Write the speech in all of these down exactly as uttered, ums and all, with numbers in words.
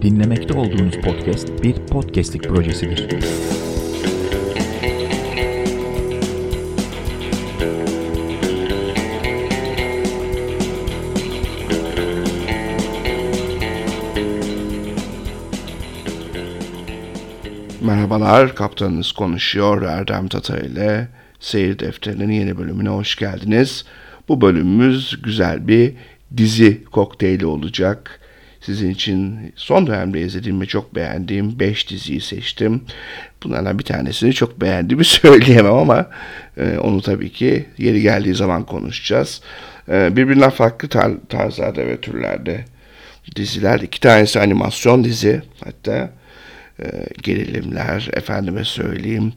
Dinlemekte olduğunuz podcast bir podcastlik projesidir. Merhabalar, kaptanınız konuşuyor Erdem Tata ile Seyir Defteri'nin yeni bölümüne hoş geldiniz. Bu bölümümüz güzel bir dizi kokteyli olacak. Sizin için son dönemde izlediğim ve çok beğendiğim beş diziyi seçtim. Bunlardan bir tanesini çok beğendiğimi söyleyemem ama e, onu tabii ki yeri geldiği zaman konuşacağız. E, birbirinden farklı tar- tarzlarda ve türlerde diziler. İki tanesi animasyon dizi, hatta e, gerilimler, efendime söyleyeyim,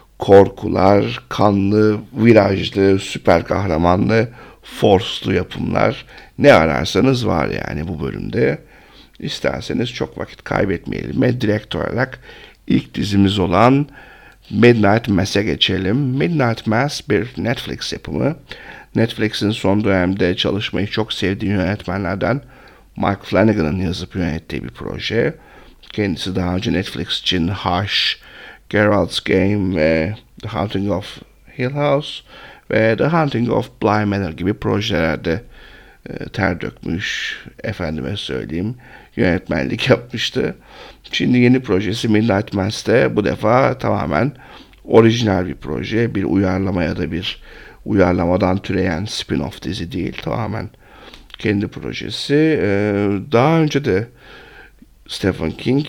korkular, kanlı, virajlı, süper kahramanlı, force'lu yapımlar. Ne ararsanız var yani bu bölümde. İsterseniz çok vakit kaybetmeyelim ve direkt olarak ilk dizimiz olan Midnight Mass'e geçelim. Midnight Mass bir Netflix yapımı. Netflix'in son dönemde çalışmayı çok sevdiği yönetmenlerden Mike Flanagan'ın yazıp yönettiği bir proje. Kendisi daha önce Netflix için Hush, Geralt's Game ve The Haunting of Hill House ve The Haunting of Bly Manor gibi projelerde e, ter dökmüş, efendime söyleyeyim, yönetmenlik yapmıştı. Şimdi yeni projesi Midnight Mass'te bu defa tamamen orijinal bir proje. Bir uyarlama ya da bir uyarlamadan türeyen spin-off dizi değil. Tamamen kendi projesi. E, daha önce de Stephen King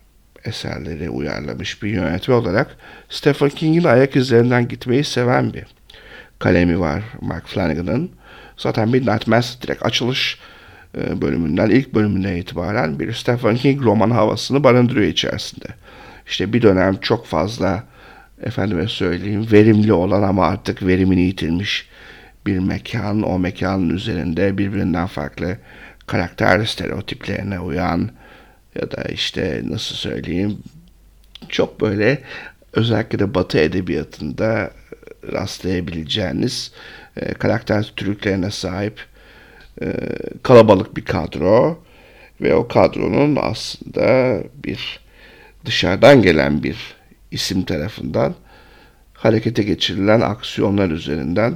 eserleri uyarlamış bir yönetmen olarak Stephen King'in ayak izlerinden gitmeyi seven bir kalemi var Mike Flanagan'ın. Zaten Midnight Mass direkt açılış bölümünden, ilk bölümünden itibaren bir Stephen King roman havasını barındırıyor içerisinde. İşte bir dönem çok fazla, efendime söyleyeyim, verimli olan ama artık verimini yitirmiş bir mekan. O mekanın üzerinde birbirinden farklı karakter stereotiplerine uyan ya da işte nasıl söyleyeyim, çok böyle özellikle de Batı edebiyatında rastlayabileceğiniz e, karakter türüklerine sahip e, kalabalık bir kadro ve o kadronun aslında bir dışarıdan gelen bir isim tarafından harekete geçirilen aksiyonlar üzerinden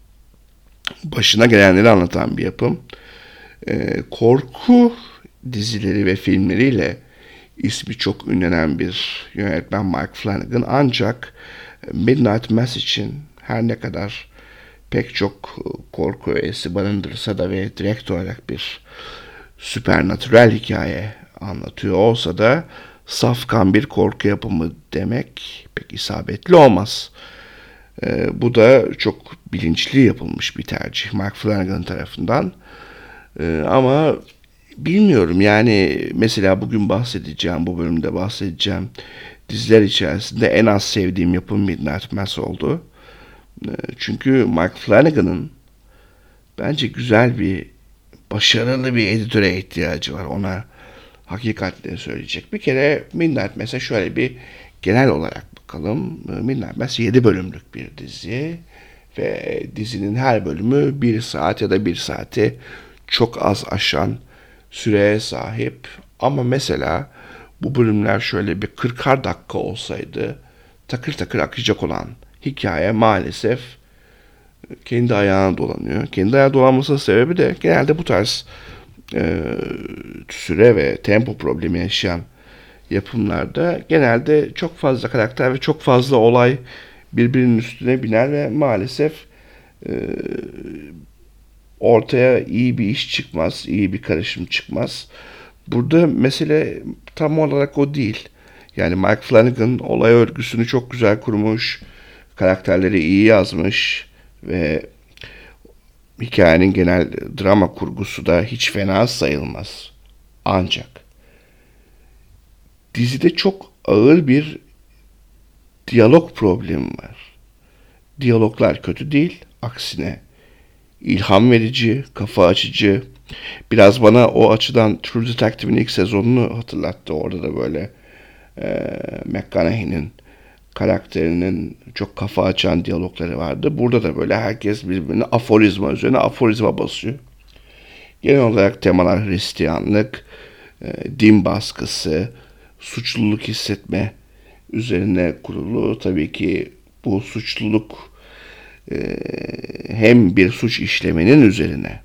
başına gelenleri anlatan bir yapım. E, korku dizileri ve filmleriyle ismi çok ünlenen bir yönetmen Mike Flanagan, ancak Midnight Mass için her ne kadar pek çok korku öğesi barındırsa da ve direkt olarak bir supernatural hikaye anlatıyor olsa da safkan bir korku yapımı demek pek isabetli olmaz. Ee, bu da çok bilinçli yapılmış bir tercih Mike Flanagan tarafından. Ee, ama bilmiyorum yani, mesela bugün bahsedeceğim, bu bölümde bahsedeceğim diziler içerisinde en az sevdiğim yapım Midnight Mass oldu. Çünkü Mike Flanagan'ın bence güzel bir, başarılı bir editöre ihtiyacı var. Ona hakikatleri söyleyecek. Bir kere Midnight Mass'e şöyle bir genel olarak bakalım. Midnight Mass yedi bölümlük bir dizi ve dizinin her bölümü bir saat ya da bir saati çok az aşan süreye sahip. Ama mesela bu bölümler şöyle bir kırkar dakika olsaydı takır takır akacak olan hikaye maalesef kendi ayağına dolanıyor. Kendi ayağına dolanmasının sebebi de genelde bu tarz e, süre ve tempo problemi yaşayan yapımlarda genelde çok fazla karakter ve çok fazla olay birbirinin üstüne biner ve maalesef e, ortaya iyi bir iş çıkmaz, iyi bir karışım çıkmaz. Burada mesele tam olarak o değil. Yani Mike Flanagan olay örgüsünü çok güzel kurmuş, karakterleri iyi yazmış ve hikayenin genel drama kurgusu da hiç fena sayılmaz. Ancak dizide çok ağır bir diyalog problemi var. Diyaloglar kötü değil, aksine ilham verici, kafa açıcı. Biraz bana o açıdan True Detective'in ilk sezonunu hatırlattı. Orada da böyle e, McConaughey'nin karakterinin çok kafa açan diyalogları vardı. Burada da böyle herkes birbirine aforizma üzerine aforizma basıyor. Genel olarak temalar Hristiyanlık, e, din baskısı, suçluluk hissetme üzerine kurulu. Tabii ki bu suçluluk e, hem bir suç işlemenin üzerine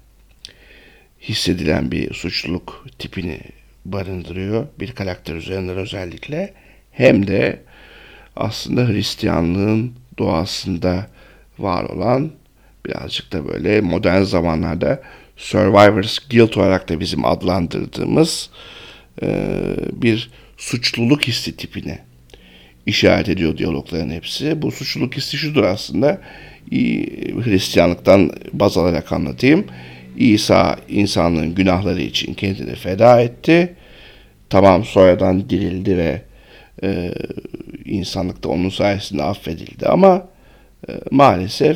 hissedilen bir suçluluk tipini barındırıyor. Bir karakter üzerinden özellikle. Hem de aslında Hristiyanlığın doğasında var olan, birazcık da böyle modern zamanlarda survivor's guilt olarak da bizim adlandırdığımız e, bir suçluluk hissi tipine işaret ediyor diyalogların hepsi. Bu suçluluk hissi şudur aslında. Hristiyanlıktan baz alarak anlatayım. İsa insanlığın günahları için kendini feda etti. Tamam, sonradan dirildi ve e, insanlık da onun sayesinde affedildi ama e, maalesef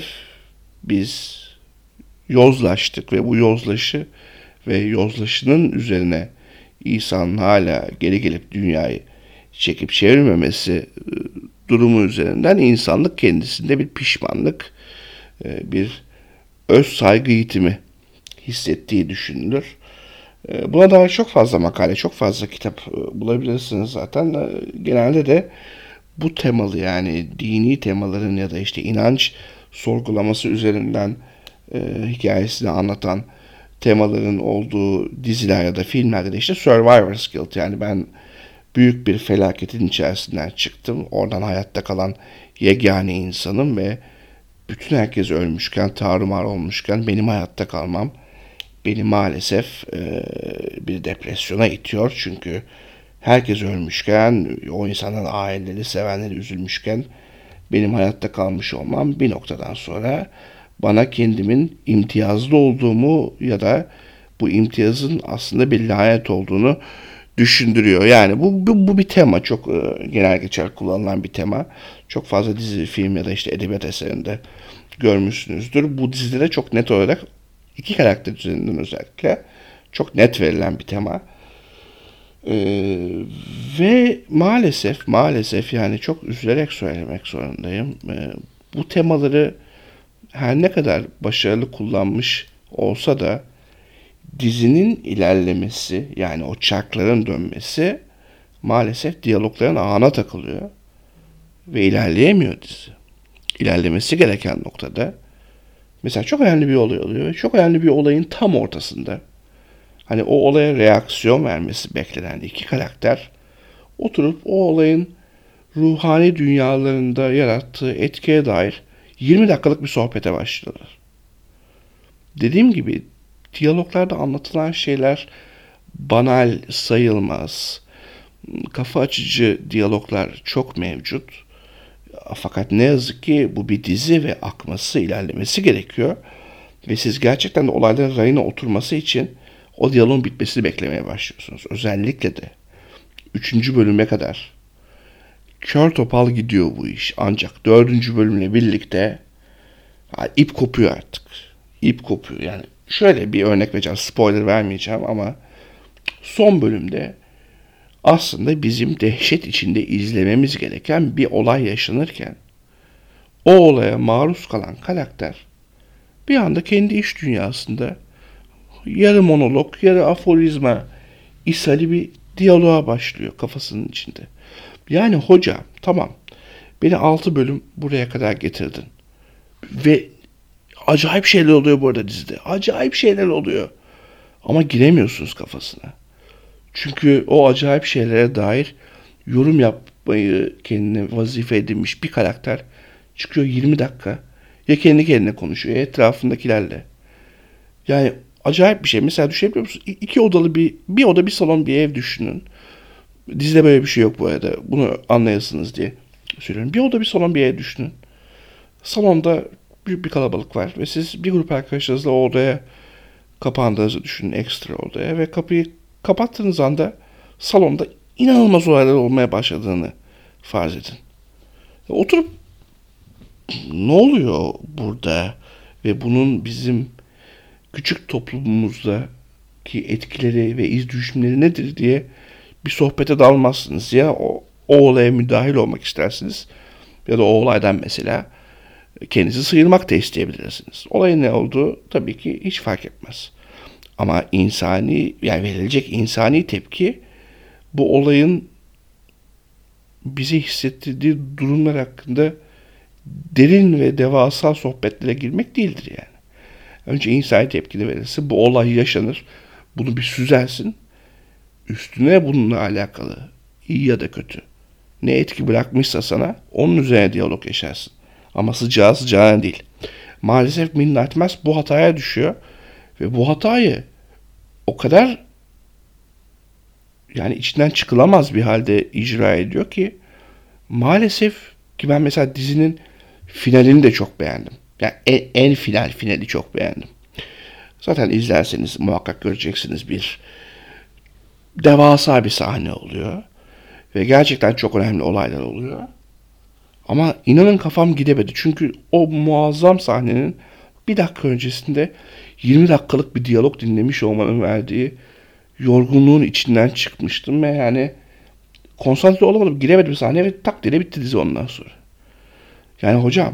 biz yozlaştık ve bu yozlaşı ve yozlaşının üzerine İsa'nın hala geri gelip dünyayı çekip çevirmemesi e, durumu üzerinden insanlık kendisinde bir pişmanlık, e, bir öz saygı yitimi hissettiği düşünülür. Buna dair çok fazla makale, çok fazla kitap bulabilirsiniz zaten. Genelde de bu temalı, yani dini temaların ya da işte inanç sorgulaması üzerinden e, hikayesini anlatan temaların olduğu diziler ya da filmlerde de işte Survivor's Guilt, yani ben büyük bir felaketin içerisinden çıktım. Oradan hayatta kalan yegane insanım ve bütün herkes ölmüşken, tarumar olmuşken benim hayatta kalmam beni maalesef e, bir depresyona itiyor. Çünkü herkes ölmüşken, o insanların aileleri, sevenleri üzülmüşken benim hayatta kalmış olmam bir noktadan sonra bana kendimin imtiyazlı olduğumu ya da bu imtiyazın aslında bir lanet olduğunu düşündürüyor. Yani bu, bu, bu bir tema, çok e, genel geçer kullanılan bir tema. Çok fazla dizi, film ya da işte edebiyat eserinde görmüşsünüzdür. Bu dizilere çok net olarak iki karakter üzerinden özellikle çok net verilen bir tema. Ee, ve maalesef maalesef yani çok üzülerek söylemek zorundayım. Ee, bu temaları her ne kadar başarılı kullanmış olsa da dizinin ilerlemesi, yani o çarkların dönmesi maalesef diyalogların ağına takılıyor ve ilerleyemiyor dizi. İlerlemesi gereken noktada mesela çok önemli bir olay oluyor ve çok önemli bir olayın tam ortasında, hani o olaya reaksiyon vermesi beklenen iki karakter oturup o olayın ruhani dünyalarında yarattığı etkiye dair yirmi dakikalık bir sohbete başlıyorlar. Dediğim gibi diyaloglarda anlatılan şeyler banal sayılmaz. Kafa açıcı diyaloglar çok mevcut. Fakat ne yazık ki bu bir dizi ve akması, ilerlemesi gerekiyor. Ve siz gerçekten de olayların rayına oturması için o diyaloğun bitmesini beklemeye başlıyorsunuz. Özellikle de üçüncü bölüme kadar kör topal gidiyor bu iş. Ancak dördüncü bölümle birlikte ha, ip kopuyor artık. İp kopuyor. Yani şöyle bir örnek vereceğim. Spoiler vermeyeceğim ama son bölümde aslında bizim dehşet içinde izlememiz gereken bir olay yaşanırken o olaya maruz kalan karakter bir anda kendi iç dünyasında yarı monolog, yarı aforizma ishali bir diyaloğa başlıyor kafasının içinde. Yani hoca, tamam, beni altı bölüm buraya kadar getirdin ve acayip şeyler oluyor bu arada dizide. Acayip şeyler oluyor ama giremiyorsunuz kafasına. Çünkü o acayip şeylere dair yorum yapmayı kendine vazife edinmiş bir karakter çıkıyor yirmi dakika. Ya kendi kendine konuşuyor ya etrafındakilerle. Yani acayip bir şey. Mesela düşünebiliyor musun? İ- İki odalı bir, bir oda bir salon bir ev düşünün. Dizide böyle bir şey yok bu arada. Bunu anlayasınız diye söylüyorum. Bir oda bir salon bir ev düşünün. Salonda büyük bir kalabalık var ve siz bir grup arkadaşlarınızla o odaya kapandığınızı düşünün, ekstra odaya, ve kapıyı kapattığınız anda salonda inanılmaz olaylar olmaya başladığını farz edin. Oturup ne oluyor burada ve bunun bizim küçük toplumumuzdaki etkileri ve iz düşümleri nedir diye bir sohbete dalmazsınız. Ya o, o olaya müdahil olmak istersiniz ya da o olaydan mesela kendinizi sıyırmak da isteyebilirsiniz. Olayın ne olduğu tabii ki hiç fark etmez. Ama insani, yani verilecek insani tepki bu olayın bize hissettirdiği durumlar hakkında derin ve devasa sohbetlere girmek değildir yani. Önce insani tepki verirsin, bu olay yaşanır, bunu bir süzersin, üstüne bununla alakalı iyi ya da kötü ne etki bırakmışsa sana onun üzerine diyalog yaşarsın. Ama sıcağı sıcağına değil. Maalesef Midnight Mass bu hataya düşüyor ve bu hatayı o kadar yani içinden çıkılamaz bir halde icra ediyor ki maalesef ki ben mesela dizinin finalini de çok beğendim. Yani en, en final finali çok beğendim. Zaten izlerseniz muhakkak göreceksiniz, bir devasa bir sahne oluyor. Ve gerçekten çok önemli olaylar oluyor. Ama inanın kafam gidemedi. Çünkü o muazzam sahnenin bir dakika öncesinde yirmi dakikalık bir diyalog dinlemiş olmanın verdiği yorgunluğun içinden çıkmıştım. Ve yani konsantre olamadım. Giremedim sahneye ve tak diye bitti dizi ondan sonra. Yani hocam,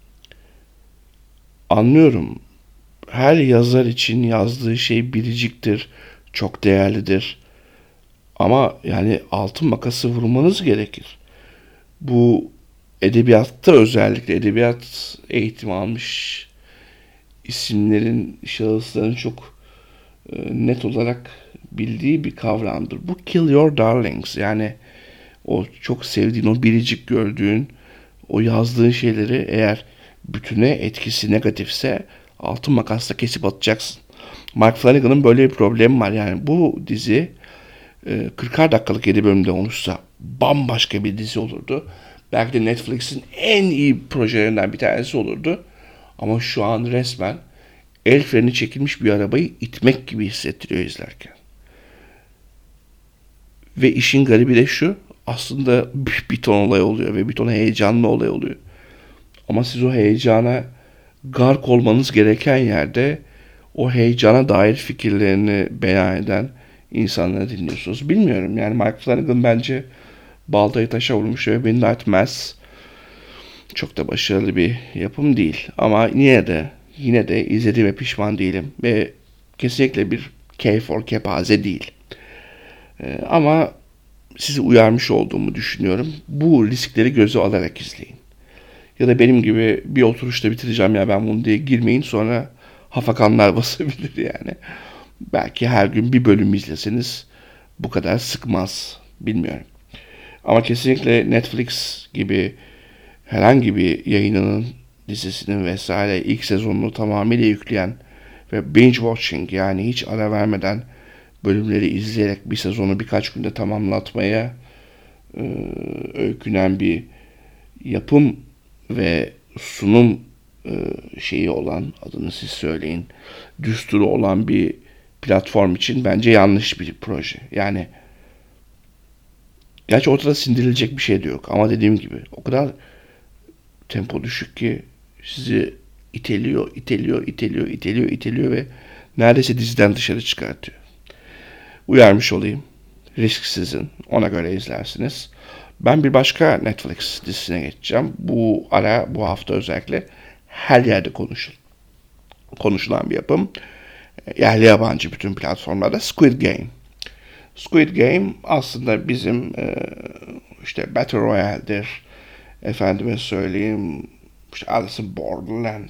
anlıyorum. Her yazar için yazdığı şey biriciktir, çok değerlidir. Ama yani altın makası vurmanız gerekir. Bu edebiyatta, özellikle edebiyat eğitimi almış isimlerin, şahısların çok e, net olarak bildiği bir kavramdır. Bu kill your darlings, yani o çok sevdiğin, o biricik gördüğün, o yazdığın şeyleri eğer bütüne etkisi negatifse altın makasla kesip atacaksın. Mark Flanagan'ın böyle bir problemi var. Yani bu dizi kırkar dakikalık yedi bölümde oluşsa bambaşka bir dizi olurdu. Belki de Netflix'in en iyi projelerinden bir tanesi olurdu. Ama şu an resmen el freni çekilmiş bir arabayı itmek gibi hissettiriyor izlerken. Ve işin garibi de şu, aslında bir ton olay oluyor ve bir ton heyecanlı olay oluyor. Ama siz o heyecana gark olmanız gereken yerde o heyecana dair fikirlerini beyan eden insanları dinliyorsunuz. Bilmiyorum yani, Mike Flanagan bence baltayı taşa vurmuş ve Midnight Mass çok da başarılı bir yapım değil. Ama yine de yine de izlediğime pişman değilim ve kesinlikle bir keyif or kepaze değil. Ee, ama sizi uyarmış olduğumu düşünüyorum. Bu riskleri göze alarak izleyin. Ya da benim gibi bir oturuşta bitireceğim ya ben bunu diye girmeyin, sonra hafakanlar basabilir yani. Belki her gün bir bölüm izleseniz bu kadar sıkmaz. Bilmiyorum. Ama kesinlikle Netflix gibi herhangi bir yayınının, dizisinin vesaire ilk sezonunu tamamıyla yükleyen ve binge watching, yani hiç ara vermeden bölümleri izleyerek bir sezonu birkaç günde tamamlatmaya e, öykünen bir yapım ve sunum e, şeyi olan, adını siz söyleyin, düsturu olan bir platform için bence yanlış bir proje. Yani gerçi ortada sindirilecek bir şey de yok ama dediğim gibi o kadar tempo düşük ki sizi iteliyor, iteliyor, iteliyor, iteliyor, iteliyor ve neredeyse diziden dışarı çıkartıyor. Uyarmış olayım. Risk sizin. Ona göre izlersiniz. Ben bir başka Netflix dizisine geçeceğim. Bu ara, bu hafta özellikle her yerde konuşul, konuşulan bir yapım. Yerli yabancı bütün platformlarda Squid Game. Squid Game aslında bizim e, işte Battle Royale'dir. Efendime söyleyeyim, işte Alice in Borderland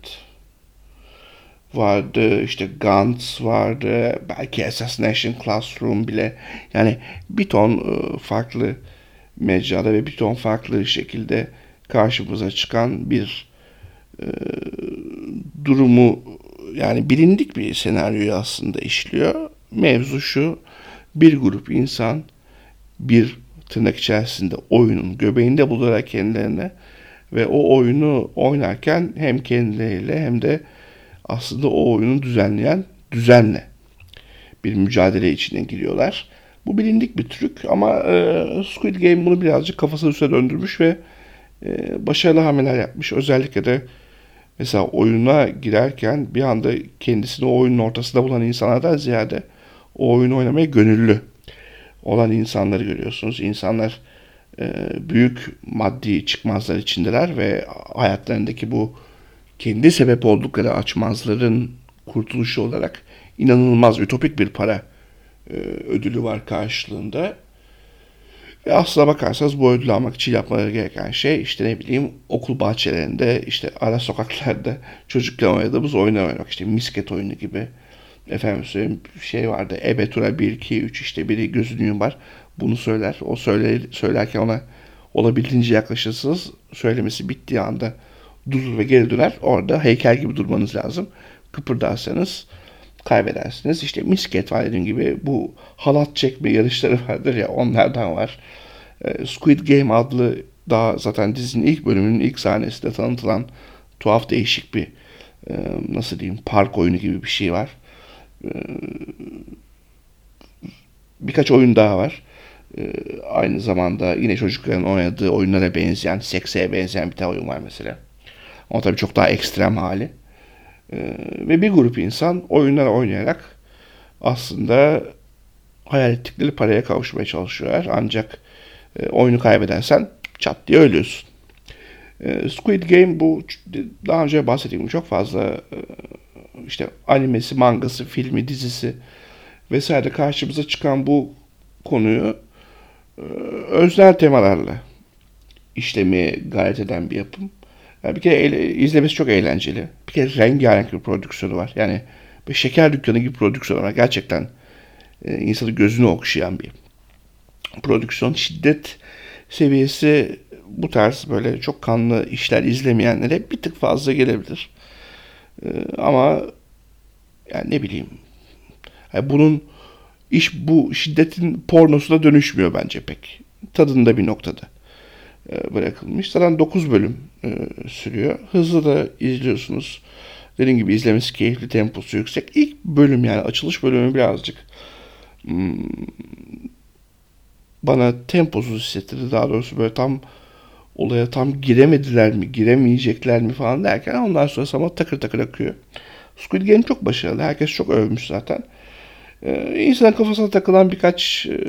vardı, işte Gantz vardı, belki Assassination Classroom bile. Yani bir ton e, farklı mecrada ve bir ton farklı şekilde karşımıza çıkan bir e, durumu, yani bilindik bir senaryoyu aslında işliyor. Mevzu şu: bir grup insan bir tırnak içerisinde oyunun göbeğinde bularak kendilerine ve o oyunu oynarken hem kendileriyle hem de aslında o oyunu düzenleyen düzenle bir mücadele içine giriyorlar. Bu bilindik bir trük ama e, Squid Game bunu birazcık kafasını üstüne döndürmüş ve e, başarılı hamleler yapmış. Özellikle de mesela oyuna girerken bir anda kendisini o oyunun ortasında bulan insanlardan ziyade o oyunu oynamaya gönüllü olan insanları görüyorsunuz. İnsanlar e, büyük maddi çıkmazlar içindeler ve hayatlarındaki bu kendi sebep oldukları açmazların kurtuluşu olarak inanılmaz ütopik bir para e, ödülü var karşılığında. Ve aslına bakarsanız bu ödülü almak için yapmaları gereken şey işte ne bileyim okul bahçelerinde, işte ara sokaklarda çocukken oynadığımız oyunlar oynamak. İşte misket oyunu gibi. Efendim söyleyeyim şey vardı. Ebe tura bir iki üç işte biri gözünü yumar. Bunu söyler. O söyle, söylerken ona olabildiğince yaklaşırsınız. Söylemesi bittiği anda durur ve geri döner. Orada heykel gibi durmanız lazım. Kıpırdarsanız kaybedersiniz. İşte misket var dediğim gibi. Bu halat çekme yarışları vardır ya, onlardan var. Squid Game adlı daha zaten dizinin ilk bölümünün ilk sahnesinde tanıtılan tuhaf değişik bir nasıl diyeyim park oyunu gibi bir şey var. Birkaç oyun daha var. Aynı zamanda yine çocukların oynadığı oyunlara benzeyen, sekseye benzeyen bir tane oyun var mesela. Ama tabii çok daha ekstrem hali. Ve bir grup insan oyunlar oynayarak aslında hayal ettikleri paraya kavuşmaya çalışıyorlar. Ancak oyunu kaybedersen çat diye ölüyorsun. Squid Game bu daha önce bahsettiğim çok fazla işte animesi, mangası, filmi, dizisi vesaire karşımıza çıkan bu konuyu öznel temalarla işlemeye gayret eden bir yapım. Yani bir kere eğle, izlemesi çok eğlenceli. Bir kere rengarenk bir prodüksiyonu var. Yani bir şeker dükkanı gibi prodüksiyonu var. Gerçekten e, insanı gözünü okşayan bir prodüksiyon. Şiddet seviyesi bu tarz böyle çok kanlı işler izlemeyenlere bir tık fazla gelebilir. E, ama yani ne bileyim yani bunun iş bu şiddetin pornosuna dönüşmüyor bence pek. Tadında bir noktada bırakılmış. Zaten dokuz bölüm e, sürüyor. Hızlı da izliyorsunuz. Dediğim gibi izlemesi keyifli, temposu yüksek. İlk bölüm yani açılış bölümü birazcık hmm, bana temposuz hissettirdi. Daha doğrusu böyle tam olaya tam giremediler mi, giremeyecekler mi falan derken ondan sonra ama takır takır akıyor. Squid Game çok başarılı. Herkes çok övmüş zaten. Ee, insanın kafasına takılan birkaç e,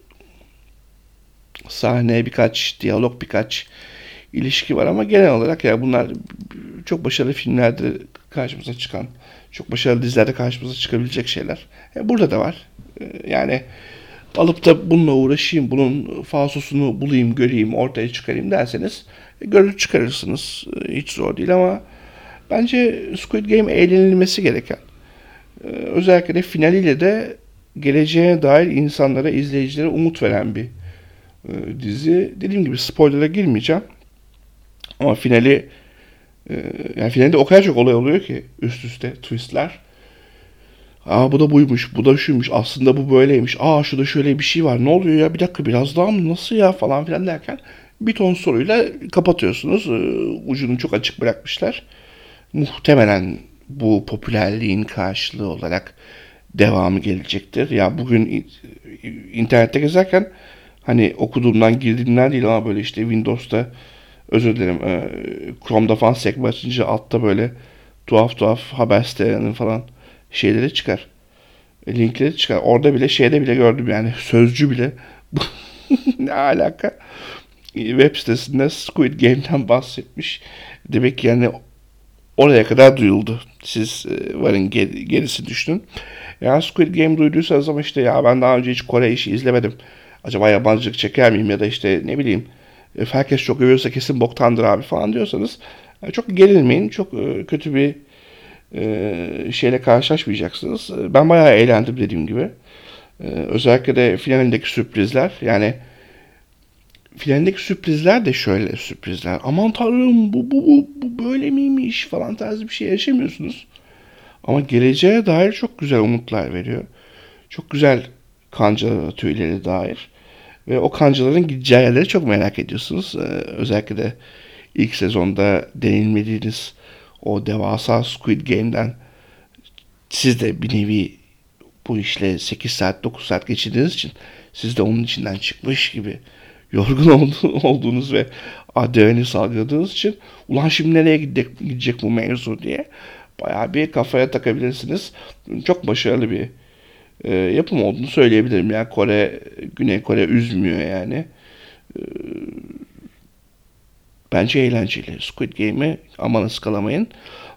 sahne, birkaç diyalog, birkaç ilişki var ama genel olarak ya bunlar çok başarılı filmlerde karşımıza çıkan, çok başarılı dizilerde karşımıza çıkabilecek şeyler. E, burada da var. E, yani alıp da bununla uğraşayım, bunun falsosunu bulayım, göreyim, ortaya çıkarayım derseniz e, görür çıkarırsınız. E, hiç zor değil ama bence Squid Game eğlenilmesi gereken. E, özellikle de finaliyle de geleceğe dair insanlara, izleyicilere umut veren bir e, dizi. Dediğim gibi spoiler'a girmeyeceğim. Ama finali e, yani finalde o kadar çok olay oluyor ki üst üste twistler. Aa bu da buymuş, bu da şuymuş, aslında bu böyleymiş. Aa şurada şöyle bir şey var. Ne oluyor ya? Bir dakika biraz daha mı? Nasıl ya falan filan derken bir ton soruyla kapatıyorsunuz. E, ucunu çok açık bırakmışlar. Muhtemelen bu popülerliğin karşılığı olarak devamı gelecektir. Ya bugün internette gezerken hani okuduğumdan girdiğimden değil ama böyle işte Windows'ta özür dilerim e, Chrome'da falan sekme açınca altta böyle tuhaf tuhaf haber sitelerinin falan şeyleri çıkar. E, linkleri çıkar. Orada bile şeyde bile gördüm yani sözcü bile ne alaka web sitesinde Squid Game'den bahsetmiş. Demek ki yani oraya kadar duyuldu. Siz e, varın ger- gerisi düşünün. Yani Squid Game duyduysanız ama işte ya ben daha önce hiç Kore işi izlemedim. Acaba yabancılık çeker miyim ya da işte ne bileyim herkes çok övüyorsa kesin boktandır abi falan diyorsanız çok gerilmeyin. Çok kötü bir şeyle karşılaşmayacaksınız. Ben bayağı eğlendim dediğim gibi. Özellikle de finalindeki sürprizler yani finalindeki sürprizler de şöyle sürprizler. Aman tanrım bu, bu, bu, bu böyle miymiş falan tarzı bir şey yaşamıyorsunuz. Ama geleceğe dair çok güzel umutlar veriyor. Çok güzel kancalar atıyor ileri dair. Ve o kancaların gideceği yerleri çok merak ediyorsunuz. Ee, özellikle de ilk sezonda deneyimlediğiniz o devasa Squid Game'den siz de bir nevi bu işle sekiz saat dokuz saat geçirdiğiniz için siz de onun içinden çıkmış gibi yorgun olduğunuz ve adrenalin salgıladığınız için ulan şimdi nereye gidecek, gidecek bu mevzu diye bayağı bir kafaya takabilirsiniz. Çok başarılı bir e, yapım olduğunu söyleyebilirim. Yani Kore, Güney Kore üzmüyor yani. E, bence eğlenceli. Squid Game'i aman ıskalamayın.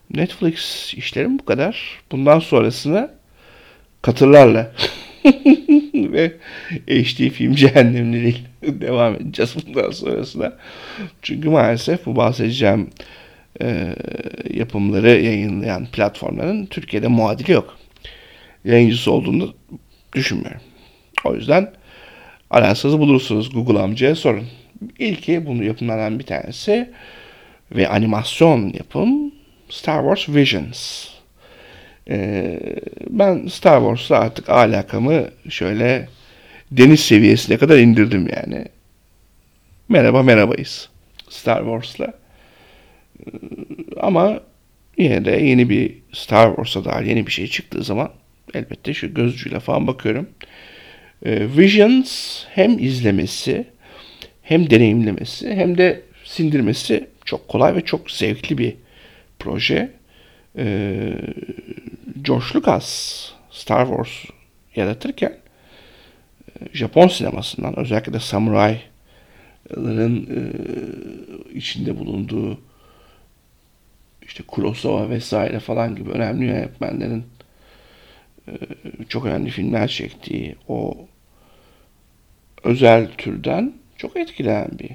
Netflix işlerim bu kadar. Bundan sonrasını katırlarla ve H D film cehennemleriyle devam edeceğiz bundan sonrasına. Çünkü maalesef bu bahsedeceğim e, yapımları yayınlayan platformların Türkiye'de muadili yok. Yayıncısı olduğunu düşünmüyorum. O yüzden ararsanız bulursunuz, Google amcaya sorun. İlki bunu yapımlanan bir tanesi ve animasyon yapım Star Wars Visions. Ee, ben Star Wars'la artık alakamı şöyle deniz seviyesine kadar indirdim yani. Merhaba merhabayız Star Wars'la. Ee, ama yine de yeni bir Star Wars'a dair yeni bir şey çıktığı zaman elbette şu gözcüyle falan bakıyorum. Ee, Visions hem izlemesi hem deneyimlemesi hem de sindirmesi çok kolay ve çok zevkli bir proje. Ee, George Lucas Star Wars yaratırken Japon sinemasından, özellikle de samurayların e, içinde bulunduğu işte Kurosawa vesaire falan gibi önemli yönetmenlerin e, çok önemli filmler çektiği o özel türden çok etkilenen bir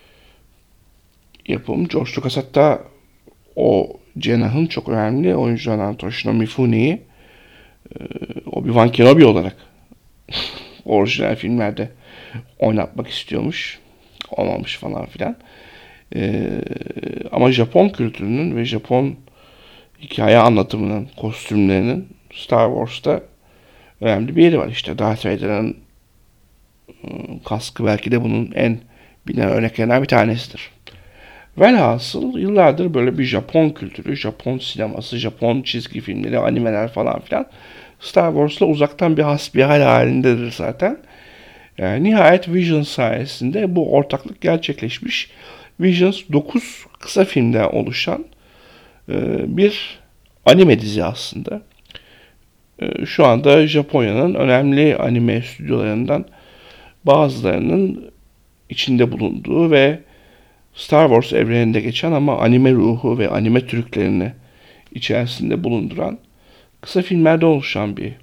yapım. George Lucas hatta o cenahın çok önemli oyuncularından Toshiro Mifune'yi e, Obi-Wan Kenobi olarak orijinal filmlerde oynatmak istiyormuş. Olmamış falan filan. E, ama Japon kültürünün ve Japon hikaye anlatımının, kostümlerinin Star Wars'ta önemli bir yeri var. İşte Darth Vader'ın e, kaskı belki de bunun en bilinen örneklerinden bir tanesidir. Velhasıl yıllardır böyle bir Japon kültürü, Japon sineması, Japon çizgi filmleri, animeler falan filan Star Wars'la uzaktan bir hasbihal halindedir zaten. Yani nihayet Visions sayesinde bu ortaklık gerçekleşmiş. Visions dokuz kısa filmden oluşan e, bir anime dizi aslında. E, şu anda Japonya'nın önemli anime stüdyolarından bazılarının içinde bulunduğu ve Star Wars evreninde geçen ama anime ruhu ve anime türklerini içerisinde bulunduran kısa filmlerde oluşan bir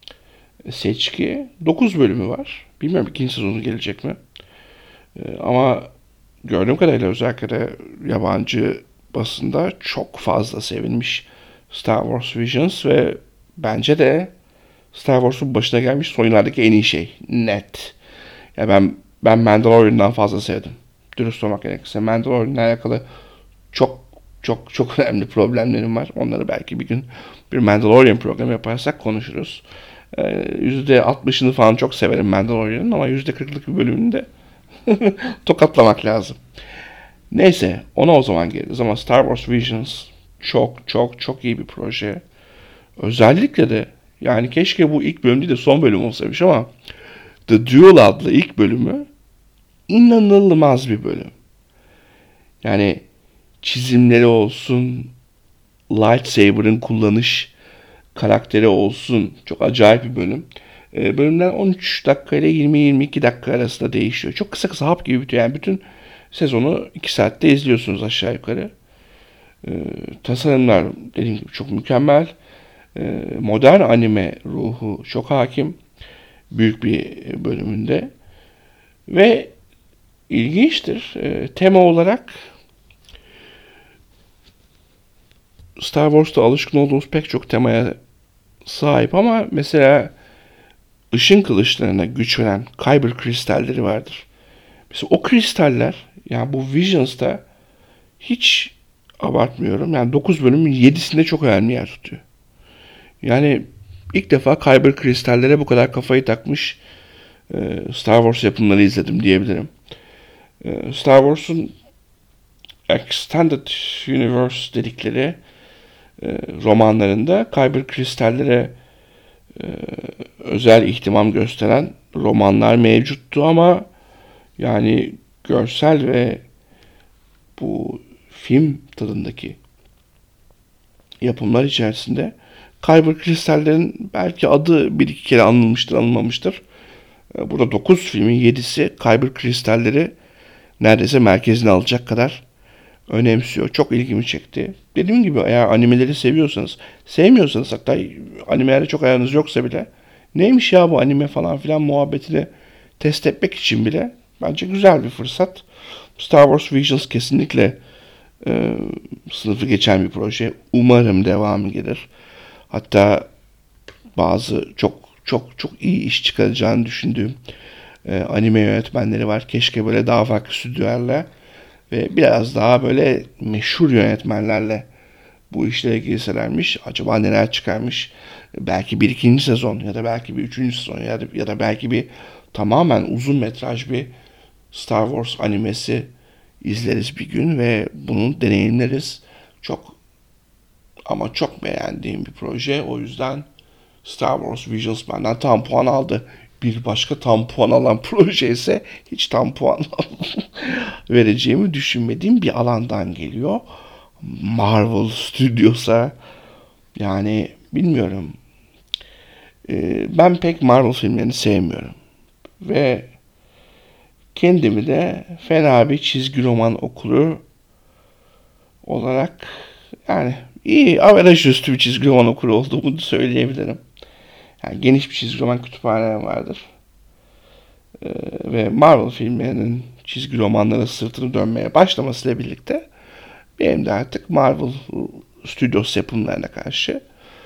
seçki. dokuz bölümü var. Bilmiyorum ikinci sezonu gelecek mi? Ee, ama gördüğüm kadarıyla özellikle de yabancı basında çok fazla sevilmiş Star Wars Visions ve bence de Star Wars'un başına gelmiş son yıllardaki en iyi şey. Net. Ya ben ben Mandalorian'dan fazla sevdim. Dürüst olmak gerekirse Mandalorian'la alakalı çok çok çok önemli problemlerim var. Onları belki bir gün bir Mandalorian programı yaparsak konuşuruz. Ee, yüzde altmışını falan çok severim Mandalorian'ın ama yüzde kırklık bir bölümünü de tokatlamak lazım. Neyse ona o zaman geliriz ama Star Wars Visions çok çok çok iyi bir proje. Özellikle de yani keşke bu ilk bölüm değil de son bölüm olsaymış ama The Duel adlı ilk bölümü inanılmaz bir bölüm. Yani çizimleri olsun, lightsaber'ın kullanış karakteri olsun. Çok acayip bir bölüm. Ee, bölümler on üç dakika ile yirmi yirmi iki dakika arasında değişiyor. Çok kısa kısa hap gibi bitiyor. Yani bütün sezonu iki saatte izliyorsunuz aşağı yukarı. Ee, tasarımlar dediğim gibi çok mükemmel. Ee, modern anime ruhu çok hakim. Büyük bir bölümünde. Ve ilginçtir. E, tema olarak Star Wars'ta alışkın olduğumuz pek çok temaya sahip ama mesela ışın kılıçlarına güç veren Kyber kristalleri vardır. Mesela o kristaller yani bu Visions'ta hiç abartmıyorum. Yani dokuz bölümün yedisinde çok önemli yer tutuyor. Yani ilk defa Kyber kristallere bu kadar kafayı takmış Star Wars yapımları izledim diyebilirim. Star Wars'un Extended Universe dedikleri romanlarında Kyber kristallere özel ihtimam gösteren romanlar mevcuttu ama yani görsel ve bu film tadındaki yapımlar içerisinde Kyber kristallerin belki adı bir iki kere anılmıştır, anılmamıştır. Burada dokuz filmin yedisi Kyber kristalleri neredeyse merkezine alacak kadar önemsiyor. Çok ilgimi çekti. Dediğim gibi eğer animeleri seviyorsanız, sevmiyorsanız hatta animelere çok ayarınız yoksa bile neymiş ya bu anime falan filan muhabbetini test etmek için bile bence güzel bir fırsat. Star Wars Visions kesinlikle e, sınıfı geçen bir proje. Umarım devamı gelir. Hatta bazı çok çok çok iyi iş çıkaracağını düşündüğüm e, anime yönetmenleri var. Keşke böyle daha farklı stüdyolarla ve biraz daha böyle meşhur yönetmenlerle bu işlere girselermiş. Acaba neler çıkarmış? Belki bir ikinci sezon ya da belki bir üçüncü sezon ya da, ya da belki bir tamamen uzun metraj bir Star Wars animesi izleriz bir gün ve bunu deneyimleriz. Çok ama çok beğendiğim bir proje. O yüzden Star Wars Visions benden tam puan aldı. Bir başka tam puan alan proje ise hiç tam puan vereceğimi düşünmediğim bir alandan geliyor. Marvel Studios'a yani bilmiyorum. Ee, ben pek Marvel filmlerini sevmiyorum. Ve kendimi de fena bir çizgi roman okuru olarak yani iyi averaj üstü bir çizgi roman okuru olduğumu söyleyebilirim. Yani geniş bir çizgi roman kütüphanem vardır. Ee, ve Marvel filmlerinin çizgi romanlara sırtını dönmeye başlamasıyla birlikte benim de artık Marvel Studios yapımlarına karşı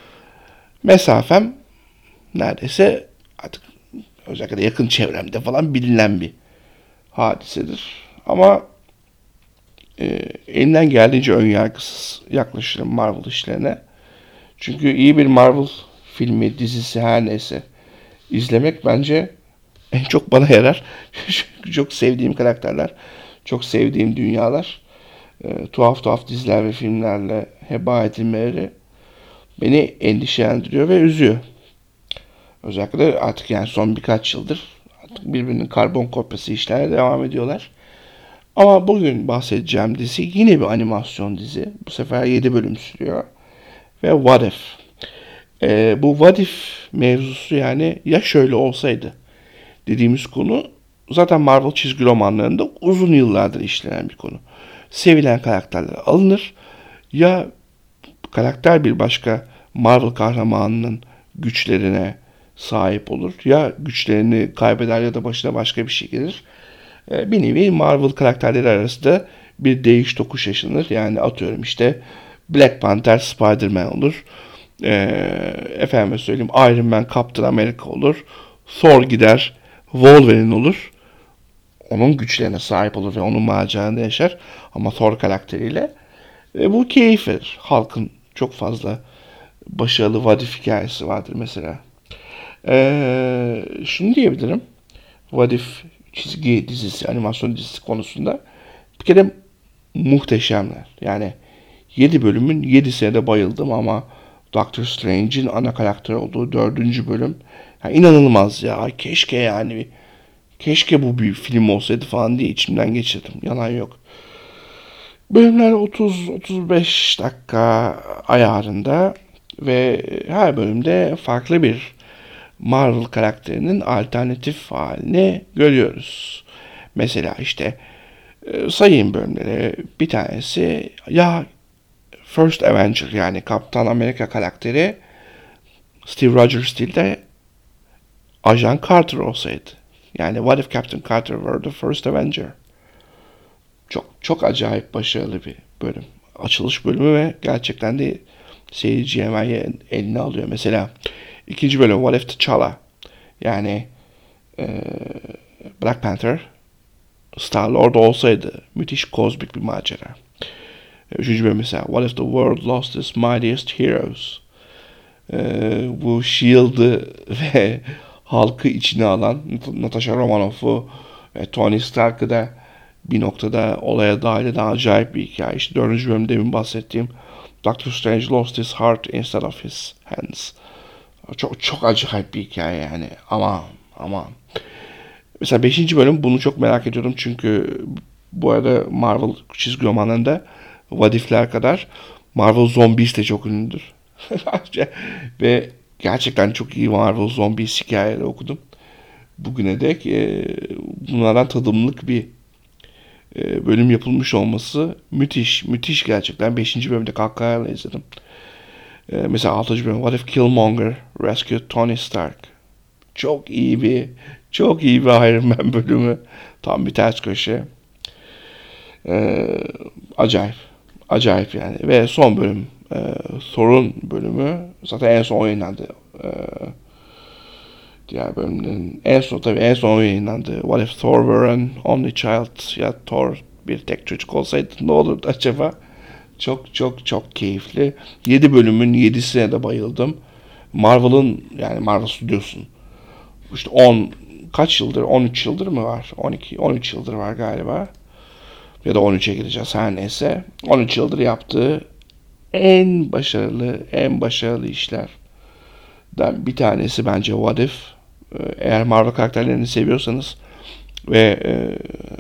mesafem neredeyse artık özellikle yakın çevremde falan bilinen bir hadisedir. Ama e, elimden geldiğince ön yargısız yaklaşırım Marvel işlerine. Çünkü iyi bir Marvel filmi, dizisi her neyse izlemek bence en çok bana yarar. Çok sevdiğim karakterler, çok sevdiğim dünyalar, e, tuhaf tuhaf diziler ve filmlerle heba edilmeleri beni endişelendiriyor ve üzüyor. Özellikle artık yani son birkaç yıldır artık birbirinin karbon kopyası işlerine devam ediyorlar. Ama bugün bahsedeceğim dizi yine bir animasyon dizi. Bu sefer yedi bölüm sürüyor. Ve What If? Ee, bu What If mevzusu yani ya şöyle olsaydı dediğimiz konu zaten Marvel çizgi romanlarında uzun yıllardır işlenen bir konu. Sevilen karakterler alınır. Ya karakter bir başka Marvel kahramanının güçlerine sahip olur. Ya güçlerini kaybeder ya da başına başka bir şey gelir. Bir nevi Marvel karakterleri arasında bir değiş tokuş yaşanır. Yani atıyorum işte Black Panther, Spider-Man olur. Ee, efendime söyleyeyim Iron Man, Captain America olur. Thor gider, Wolverine olur. Onun güçlerine sahip olur ve onun macerasını yaşar. Ama Thor karakteriyle e, bu keyif verir. Halkın çok fazla başarılı What If hikayesi vardır mesela. Ee, şunu diyebilirim. What If çizgi dizisi, animasyon dizisi konusunda bir kere muhteşemler. Yani yedi bölümün yedisine de bayıldım ama Doctor Strange'in ana karakter olduğu dördüncü bölüm yani inanılmaz ya. Keşke yani keşke bu bir film olsaydı falan diye içimden geçirdim. Yalan yok. Bölümler otuz otuz beş dakika ayarında ve her bölümde farklı bir Marvel karakterinin alternatif halini görüyoruz. Mesela işte e, sayayım bölümleri. Bir tanesi ya First Avenger yani Kaptan Amerika karakteri Steve Rogers değil de Ajan Carter olsaydı. Yani What if Captain Carter were the first Avenger? Çok çok acayip başarılı bir bölüm. Açılış bölümü ve gerçekten de seyirciyi hemen eline alıyor. Mesela ikinci bölüm What if T'Challa yani e, Black Panther Star-Lord olsaydı müthiş kozmik bir macera. Üçüncü bölüm mesela What if the world lost its mightiest heroes? Ee, bu Shield'ı ve halkı içine alan Natasha Romanoff'u ve Tony Stark'ı da bir noktada olaya dahil eden acayip bir hikaye. İşte dördüncü bölümde demin bahsettiğim Doctor Strange lost his heart instead of his hands. Çok çok acayip bir hikaye yani. Ama ama mesela beşinci bölüm bunu çok merak ediyordum çünkü bu arada Marvel çizgi romanlarında What If'ler kadar Marvel Zombies de çok ünlüdür. Ve gerçekten çok iyi Marvel Zombies hikayeleri okudum. Bugüne dek e, bunlardan tadımlık bir e, bölüm yapılmış olması müthiş. Müthiş gerçekten. Beşinci bölümde kahkahayla izledim. E, mesela altıncı bölüm What if Killmonger rescued Tony Stark? Çok iyi bir çok iyi bir Iron Man bölümü. Tam bir ters köşe. E, acayip. Acayip yani. Ve son bölüm e, Thor'un bölümü zaten en son yayınlandı. E, diğer bölümlerin en son tabii en son yayınlandı. What if Thor were an only child? Ya Thor bir tek çocuk olsaydı ne olurdu acaba? Çok çok çok keyifli. yedi bölümün yedisine de bayıldım. Marvel'ın yani Marvel Studios'un işte on kaç yıldır on üç yıldır mı var? on iki on üç yıldır var galiba. Ya da on üçe gireceğiz her neyse. on üç yıldır yaptığı en başarılı, en başarılı işlerden bir tanesi bence What If. Eğer Marvel karakterlerini seviyorsanız ve e,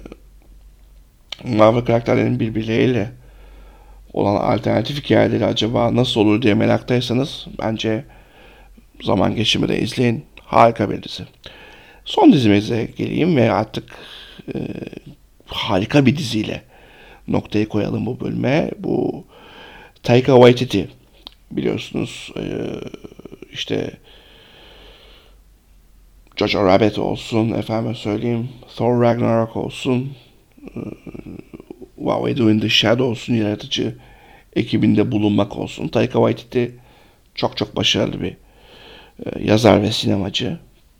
Marvel karakterlerinin birbirleriyle olan alternatif hikayeleri acaba nasıl olur diye meraktaysanız bence zaman geçirmeden izleyin. Harika bir dizi. Son dizimize geleyim ve artık e, harika bir diziyle noktayı koyalım bu bölüme. Bu Taika Waititi biliyorsunuz e, işte Jojo Rabbit olsun, efendim söyleyeyim Thor Ragnarok olsun, e, What We Do in the Shadow olsun, yaratıcı ekibinde bulunmak olsun. Taika Waititi çok çok başarılı bir e, yazar ve sinemacı.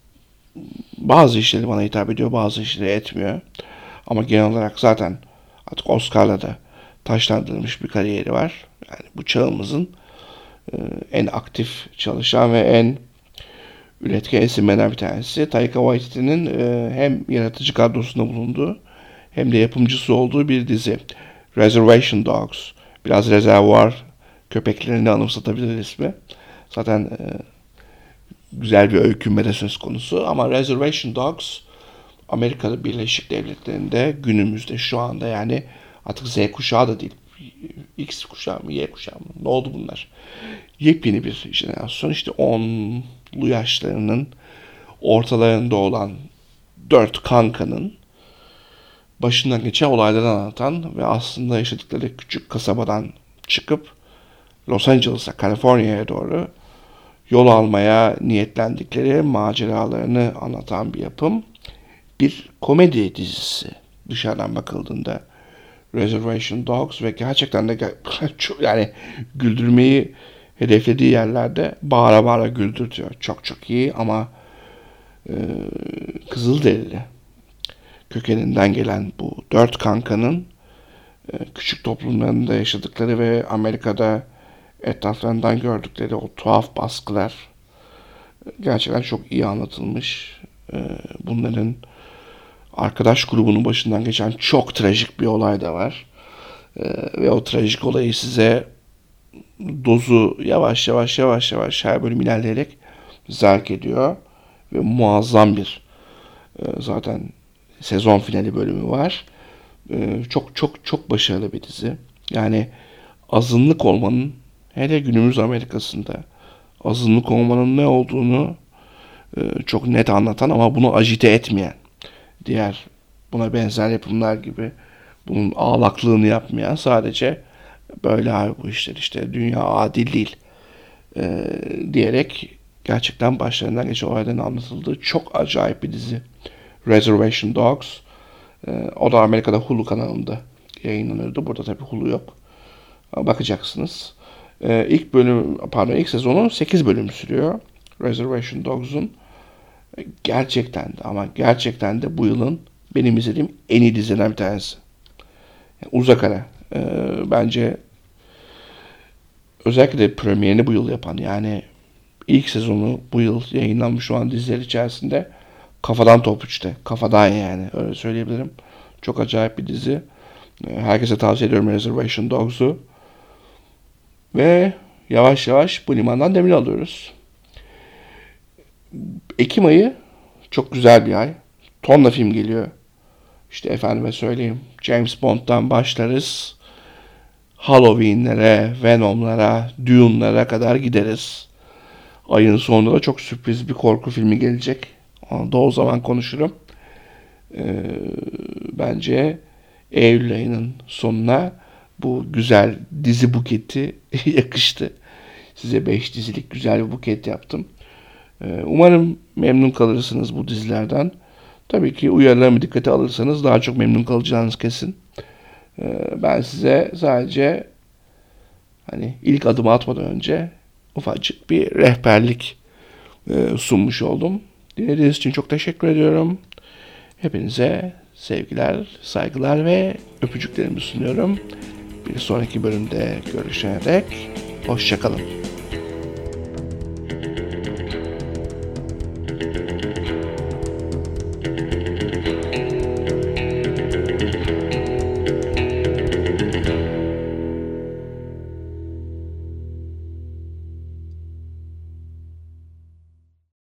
Bazı işleri bana hitap ediyor, bazı işleri etmiyor. Ama genel olarak zaten artık Oscar'la da taşlandırılmış bir kariyeri var. Yani bu çağımızın e, en aktif çalışan ve en üretken isimlerden bir tanesi. Taika Waititi'nin e, hem yaratıcı kadrosunda bulunduğu hem de yapımcısı olduğu bir dizi. Reservation Dogs. Biraz rezervuar köpeklerini anımsatabilir ismi. Zaten e, güzel bir öykünme de söz konusu. Ama Reservation Dogs Amerika Birleşik Devletleri'nde günümüzde şu anda yani artık Z kuşağı da değil. X kuşağı mı Y kuşağı mı? Ne oldu bunlar? Yepyeni bir jenerasyon. İşte onlu yaşlarının ortalarında olan dört kankanın başından geçen olayları anlatan ve aslında yaşadıkları küçük kasabadan çıkıp Los Angeles'a, Kaliforniya'ya doğru yol almaya niyetlendikleri maceralarını anlatan bir yapım. Bir komedi dizisi dışarıdan bakıldığında Reservation Dogs ve gerçekten de yani güldürmeyi hedeflediği yerlerde bağıra bağıra güldürtüyor. Çok çok iyi ama e, Kızılderili kökeninden gelen bu dört kankanın e, küçük toplumlarında yaşadıkları ve Amerika'da etraflarından gördükleri o tuhaf baskılar gerçekten çok iyi anlatılmış. E, bunların arkadaş grubunun başından geçen çok trajik bir olay da var. E, ve o trajik olayı size dozu yavaş yavaş yavaş yavaş her bölüm ilerleyerek zerk ediyor. Ve muazzam bir e, zaten sezon finali bölümü var. E, çok çok çok başarılı bir dizi. Yani azınlık olmanın hele günümüz Amerika'sında azınlık olmanın ne olduğunu e, çok net anlatan ama bunu ajite etmeyen, diğer buna benzer yapımlar gibi bunun ağlaklığını yapmayan, sadece böyle abi bu işler işte dünya adil değil e, diyerek gerçekten başlarından geçen olayların anlatıldığı çok acayip bir dizi. Reservation Dogs. E, o da Amerika'da Hulu kanalında yayınlanıyordu. Burada tabii Hulu yok. Bakacaksınız. E, ilk bölüm, pardon ilk sezonu sekiz bölüm sürüyor. Reservation Dogs'un. E, gerçekten de ama gerçekten de bu yılın benim izlediğim en iyi dizilerden bir tanesi. Yani uzak ara. E, bence özellikle de premierini bu yıl yapan, yani ilk sezonu bu yıl yayınlanmış olan diziler içerisinde kafadan top üçte. Kafadan yani öyle söyleyebilirim. Çok acayip bir dizi. Herkese tavsiye ediyorum Reservation Dogs'u. Ve yavaş yavaş bu limandan demir alıyoruz. Ekim ayı çok güzel bir ay. Tonla film geliyor. İşte efendime söyleyeyim, James Bond'dan başlarız. Halloween'lere, Venom'lara, Dune'lara kadar gideriz. Ayın sonunda da çok sürpriz bir korku filmi gelecek. Onu da o zaman konuşurum. Ee, bence Eylül ayının sonuna bu güzel dizi buketi yakıştı. Size beş dizilik güzel bir buket yaptım. Umarım memnun kalırsınız bu dizilerden. Tabii ki uyarılarımı dikkate alırsanız daha çok memnun kalacağınız kesin. Ben size sadece hani ilk adımı atmadan önce ufacık bir rehberlik sunmuş oldum. Dinlediğiniz için çok teşekkür ediyorum. Hepinize sevgiler, saygılar ve öpücüklerimi sunuyorum. Bir sonraki bölümde görüşene dek hoşça kalın.